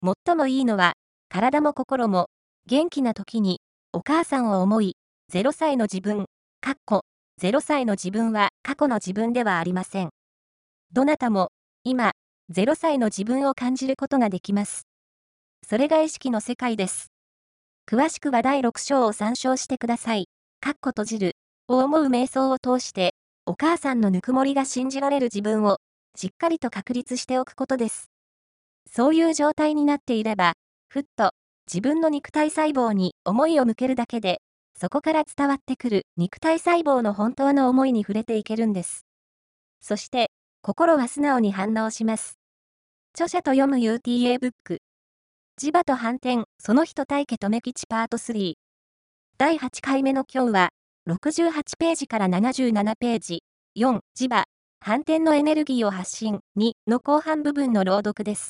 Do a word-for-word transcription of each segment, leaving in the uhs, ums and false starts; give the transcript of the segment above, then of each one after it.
最もいいのは、体も心も、元気な時に、お母さんを思い、ゼロさいの自分、かっこ、ゼロさいの自分は過去の自分ではありません。どなたも、今、ゼロさいの自分を感じることができます。それが意識の世界です。詳しくはだいろく章を参照してください。かっこ閉じる、を思う瞑想を通して、お母さんのぬくもりが信じられる自分を、しっかりと確立しておくことです。そういう状態になっていれば、ふっと、自分の肉体細胞に思いを向けるだけで、そこから伝わってくる肉体細胞の本当の思いに触れていけるんです。そして、心は素直に反応します。著者と読む ユーティーエー ブック。磁場と反転、その人大家留吉パートスリー。だいはちかいめの今日は、ろくじゅうはちページからななじゅうななページ、よん、磁場、反転のエネルギーを発信、にの後半部分の朗読です。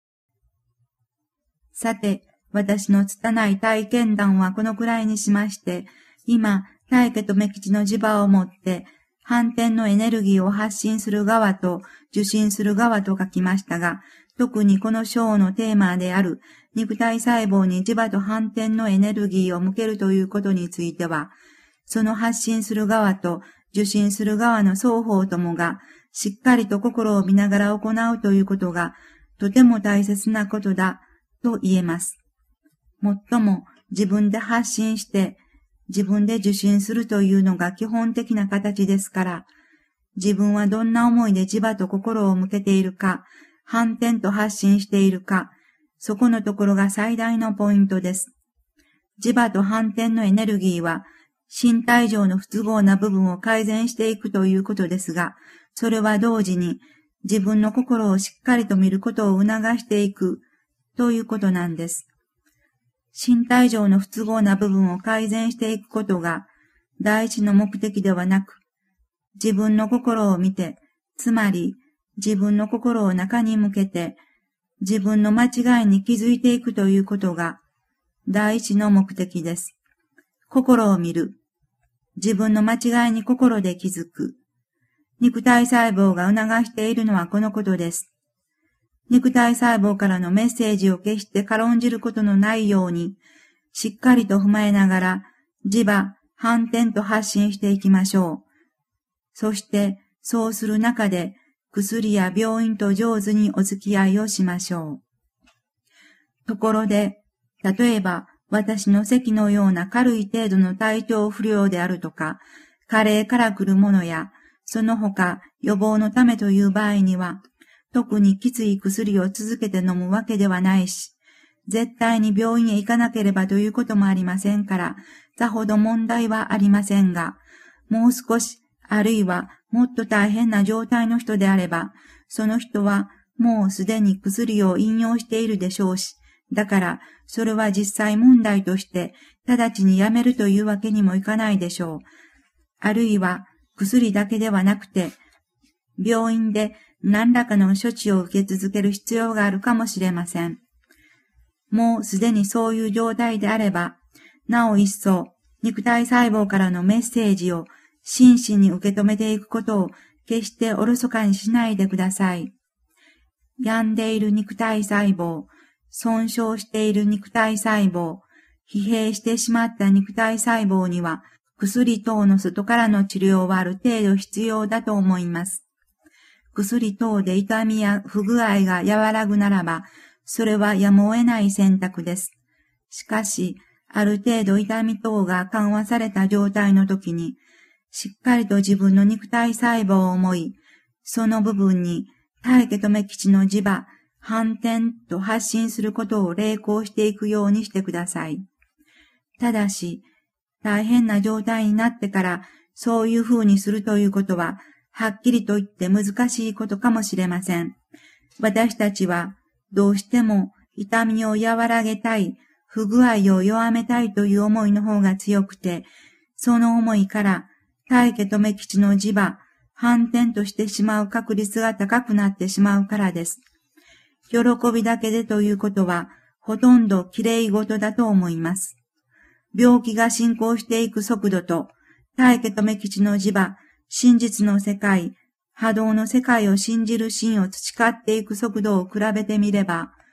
さて、私の拙い体験談はこのくらいにしまして、今、大家留吉の磁場をもって、反転のエネルギーを発信する側と受信する側と書きましたが、特にこの章のテーマである肉体細胞に磁場と反転のエネルギーを向けるということについては、その発信する側と受信する側の双方ともがしっかりと心を見ながら行うということがとても大切なことだと言えます。もっとも自分で発信して自分で受信するというのが基本的な形ですから、自分はどんな思いで磁場と心を向けているか、反転と発信しているか、そこのところが最大のポイントです。磁場と反転のエネルギーは、身体上の不都合な部分を改善していくということですが、それは同時に自分の心をしっかりと見ることを促していくということなんです。身体上の不都合な部分を改善していくことが第一の目的ではなく、自分の心を見て、つまり自分の心を中に向けて、自分の間違いに気づいていくということが第一の目的です。心を見る。自分の間違いに心で気づく。肉体細胞が促しているのはこのことです。肉体細胞からのメッセージを決して軽んじることのないように、しっかりと踏まえながら、磁場、反転と発信していきましょう。そして、そうする中で、薬や病院と上手にお付き合いをしましょう。ところで、例えば、私の咳のような軽い程度の体調不良であるとか、加齢から来るものや、その他予防のためという場合には、特にきつい薬を続けて飲むわけではないし、絶対に病院へ行かなければということもありませんから、さほど問題はありませんが、もう少し、あるいはもっと大変な状態の人であれば、その人はもうすでに薬を引用しているでしょうし、だから、それは実際問題として、直ちにやめるというわけにもいかないでしょう。あるいは、薬だけではなくて、病院で何らかの処置を受け続ける必要があるかもしれません。もうすでにそういう状態であれば、なお一層、肉体細胞からのメッセージを真摯に受け止めていくことを決しておろそかにしないでください。病んでいる肉体細胞、損傷している肉体細胞、疲弊してしまった肉体細胞には、薬等の外からの治療はある程度必要だと思います。薬等で痛みや不具合が和らぐならば、それはやむを得ない選択です。しかし、ある程度痛み等が緩和された状態の時に、しっかりと自分の肉体細胞を思い、その部分に大家留吉の磁場、反転と発信することを励行していくようにしてください。ただし、大変な状態になってからそういう風にするということは、はっきりと言って難しいことかもしれません。私たちはどうしても痛みを和らげたい、不具合を弱めたいという思いの方が強くて、その思いから大家留吉の磁場、反転としてしまう確率が高くなってしまうからです。喜びだけでということは、ほとんど綺麗事だと思います。病気が進行していく速度と、大家留吉の磁場、真実の世界、波動の世界を信じる心を培っていく速度を比べてみれば、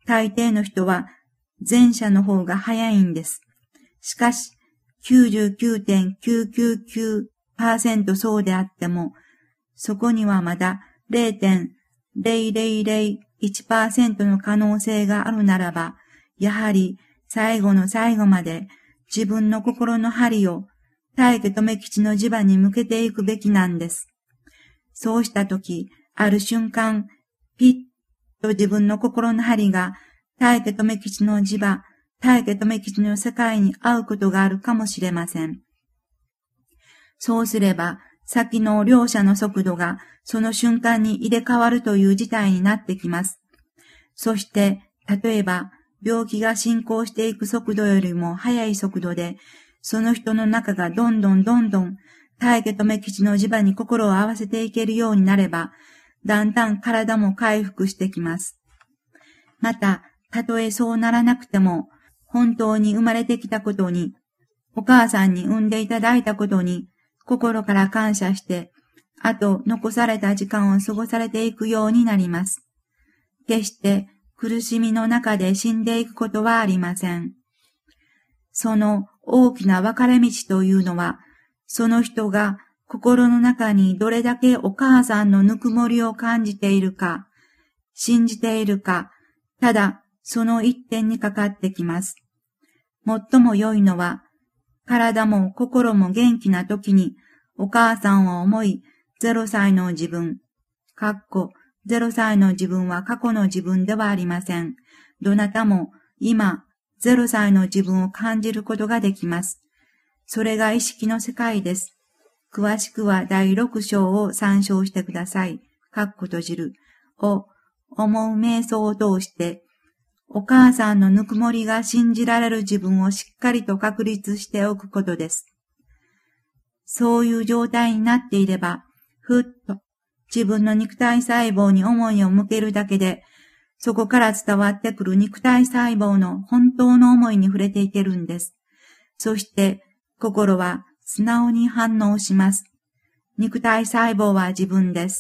大抵の人は前者の方が早いんです。しかし、きゅうじゅうきゅうてんきゅうきゅうきゅうパーセント そうであっても、そこにはまだ ゼロてんゼロゼロゼロいちパーセント の可能性があるならば、やはり最後の最後まで自分の心の針を大家留吉の磁場に向けていくべきなんです。そうしたとき、ある瞬間、ピッと自分の心の針が大家留吉の磁場、大家留吉の世界に合うことがあるかもしれません。そうすれば、先の両者の速度がその瞬間に入れ替わるという事態になってきます。そして、例えば、病気が進行していく速度よりも速い速度で、その人の中がどんどんどんどん大家留吉の磁場に心を合わせていけるようになれば、だんだん体も回復してきます。また、たとえそうならなくても、本当に生まれてきたことに、お母さんに産んでいただいたことに、心から感謝して、あと残された時間を過ごされていくようになります。決して苦しみの中で死んでいくことはありません。その大きな分かれ道というのは、その人が心の中にどれだけお母さんのぬくもりを感じているか、信じているか、ただその一点にかかってきます。最も良いのは、体も心も元気な時にお母さんを思い、ゼロさいの自分、かっこゼロさいの自分は過去の自分ではありません。どなたも今、ゼロさいの自分を感じることができます。それが意識の世界です。詳しくはだいろく章を参照してください。かっこ閉じる。を思う瞑想を通して、お母さんのぬくもりが信じられる自分をしっかりと確立しておくことです。そういう状態になっていれば、ふっと自分の肉体細胞に思いを向けるだけで、そこから伝わってくる肉体細胞の本当の思いに触れていけるんです。そして心は素直に反応します。肉体細胞は自分です。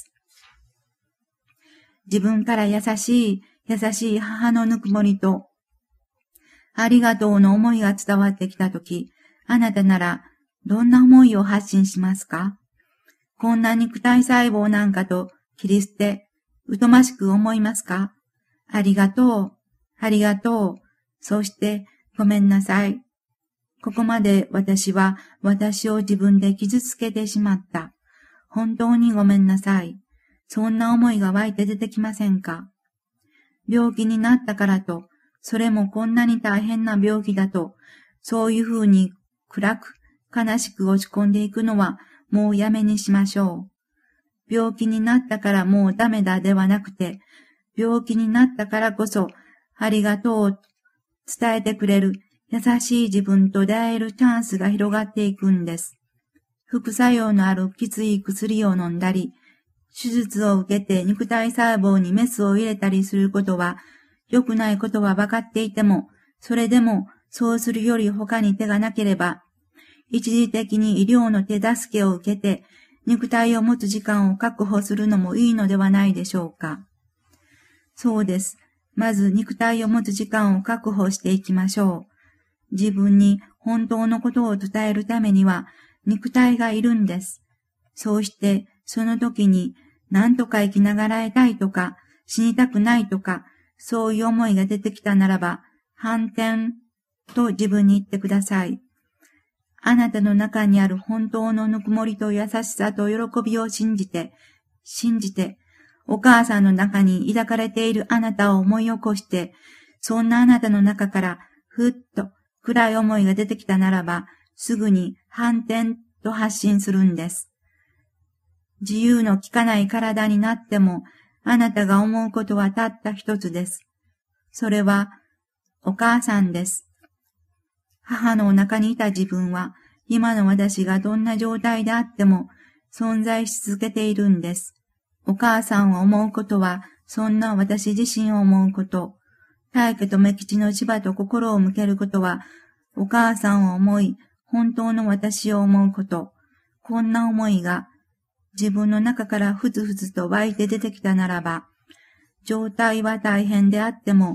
自分から優しい、優しい母のぬくもりと、ありがとうの思いが伝わってきたとき、あなたならどんな思いを発信しますか？こんな肉体細胞なんかと切り捨て、疎ましく思いますか？ありがとう、ありがとう、そしてごめんなさい。ここまで私は私を自分で傷つけてしまった。本当にごめんなさい。そんな思いが湧いて出てきませんか？病気になったからと、それもこんなに大変な病気だと、そういうふうに暗く悲しく落ち込んでいくのはもうやめにしましょう。病気になったからもうダメだではなくて、病気になったからこそありがとうと伝えてくれる優しい自分と出会えるチャンスが広がっていくんです。副作用のあるきつい薬を飲んだり、手術を受けて肉体細胞にメスを入れたりすることは良くないことは分かっていても、それでもそうするより他に手がなければ、一時的に医療の手助けを受けて肉体を持つ時間を確保するのもいいのではないでしょうか。そうです。まず肉体を持つ時間を確保していきましょう。自分に本当のことを伝えるためには肉体がいるんです。そうしてその時に何とか生きながらえたいとか死にたくないとかそういう思いが出てきたならば反転と自分に言ってください。あなたの中にある本当のぬくもりと優しさと喜びを信じて、信じて、お母さんの中に抱かれているあなたを思い起こして、そんなあなたの中からふっと暗い思いが出てきたならば、すぐに反転と発信するんです。自由の利かない体になっても、あなたが思うことはたった一つです。それは、お母さんです。母のお腹にいた自分は、今の私がどんな状態であっても、存在し続けているんです。お母さんを思うことは、そんな私自身を思うこと。大家と目吉の磁場と心を向けることは、お母さんを思い、本当の私を思うこと。こんな思いが、自分の中からふつふつと湧いて出てきたならば、状態は大変であっても、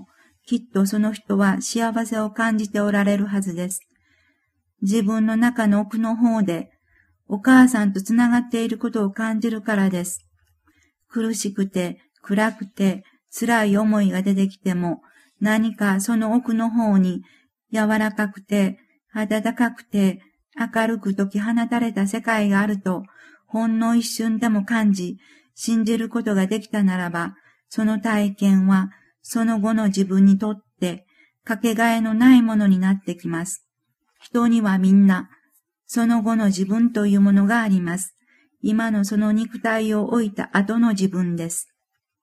きっとその人は幸せを感じておられるはずです。自分の中の奥の方で、お母さんとつながっていることを感じるからです。苦しくて、暗くて、辛い思いが出てきても、何かその奥の方に、柔らかくて、暖かくて、明るく解き放たれた世界があると、ほんの一瞬でも感じ、信じることができたならば、その体験は、その後の自分にとって、かけがえのないものになってきます。人にはみんな、その後の自分というものがあります。今のその肉体を置いた後の自分です。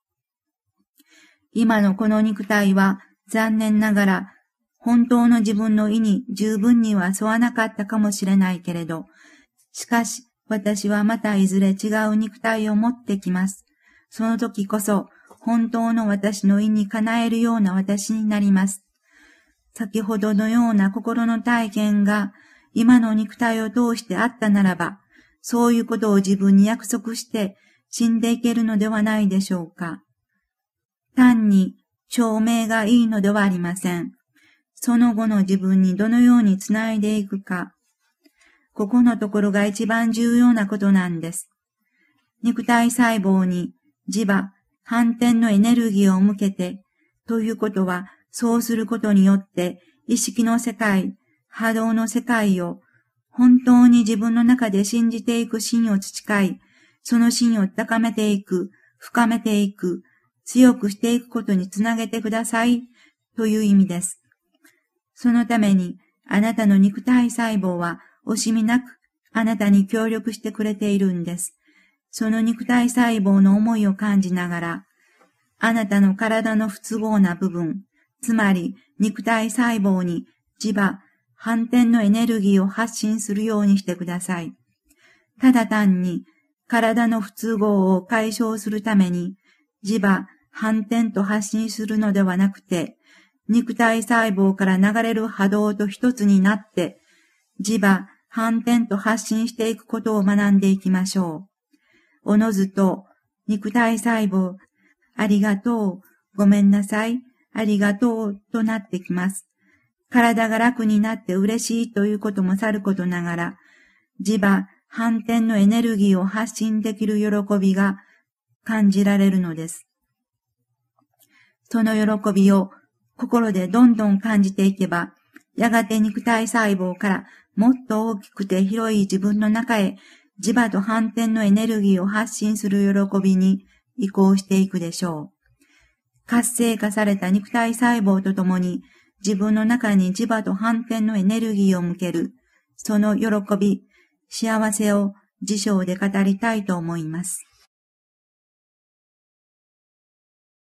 今のこの肉体は、残念ながら、本当の自分の意に十分には沿わなかったかもしれないけれど、しかし、私はまたいずれ違う肉体を持ってきます。その時こそ、本当の私の意にかなえるような私になります。先ほどのような心の体験が、今の肉体を通してあったならば、そういうことを自分に約束して死んでいけるのではないでしょうか。単に証明がいいのではありません。その後の自分にどのようにつないでいくか。ここのところが一番重要なことなんです。肉体細胞に磁場、反転のエネルギーを向けて、ということは、そうすることによって意識の世界、波動の世界を本当に自分の中で信じていく心を培い、その心を高めていく、深めていく、強くしていくことにつなげてくださいという意味です。そのためにあなたの肉体細胞は惜しみなくあなたに協力してくれているんです。その肉体細胞の思いを感じながら、あなたの体の不都合な部分、つまり肉体細胞に磁場、反転のエネルギーを発信するようにしてください。ただ単に体の不都合を解消するために磁場、反転と発信するのではなくて、肉体細胞から流れる波動と一つになって、磁場、反転と発信していくことを学んでいきましょう。おのずと、肉体細胞、ありがとう、ごめんなさい、ありがとうとなってきます。体が楽になって嬉しいということもさることながら、磁場、反転のエネルギーを発信できる喜びが感じられるのです。その喜びを心でどんどん感じていけば、やがて肉体細胞からもっと大きくて広い自分の中へ磁場と反転のエネルギーを発信する喜びに移行していくでしょう。活性化された肉体細胞とともに自分の中に磁場と反転のエネルギーを向ける、その喜び、幸せを辞書で語りたいと思います。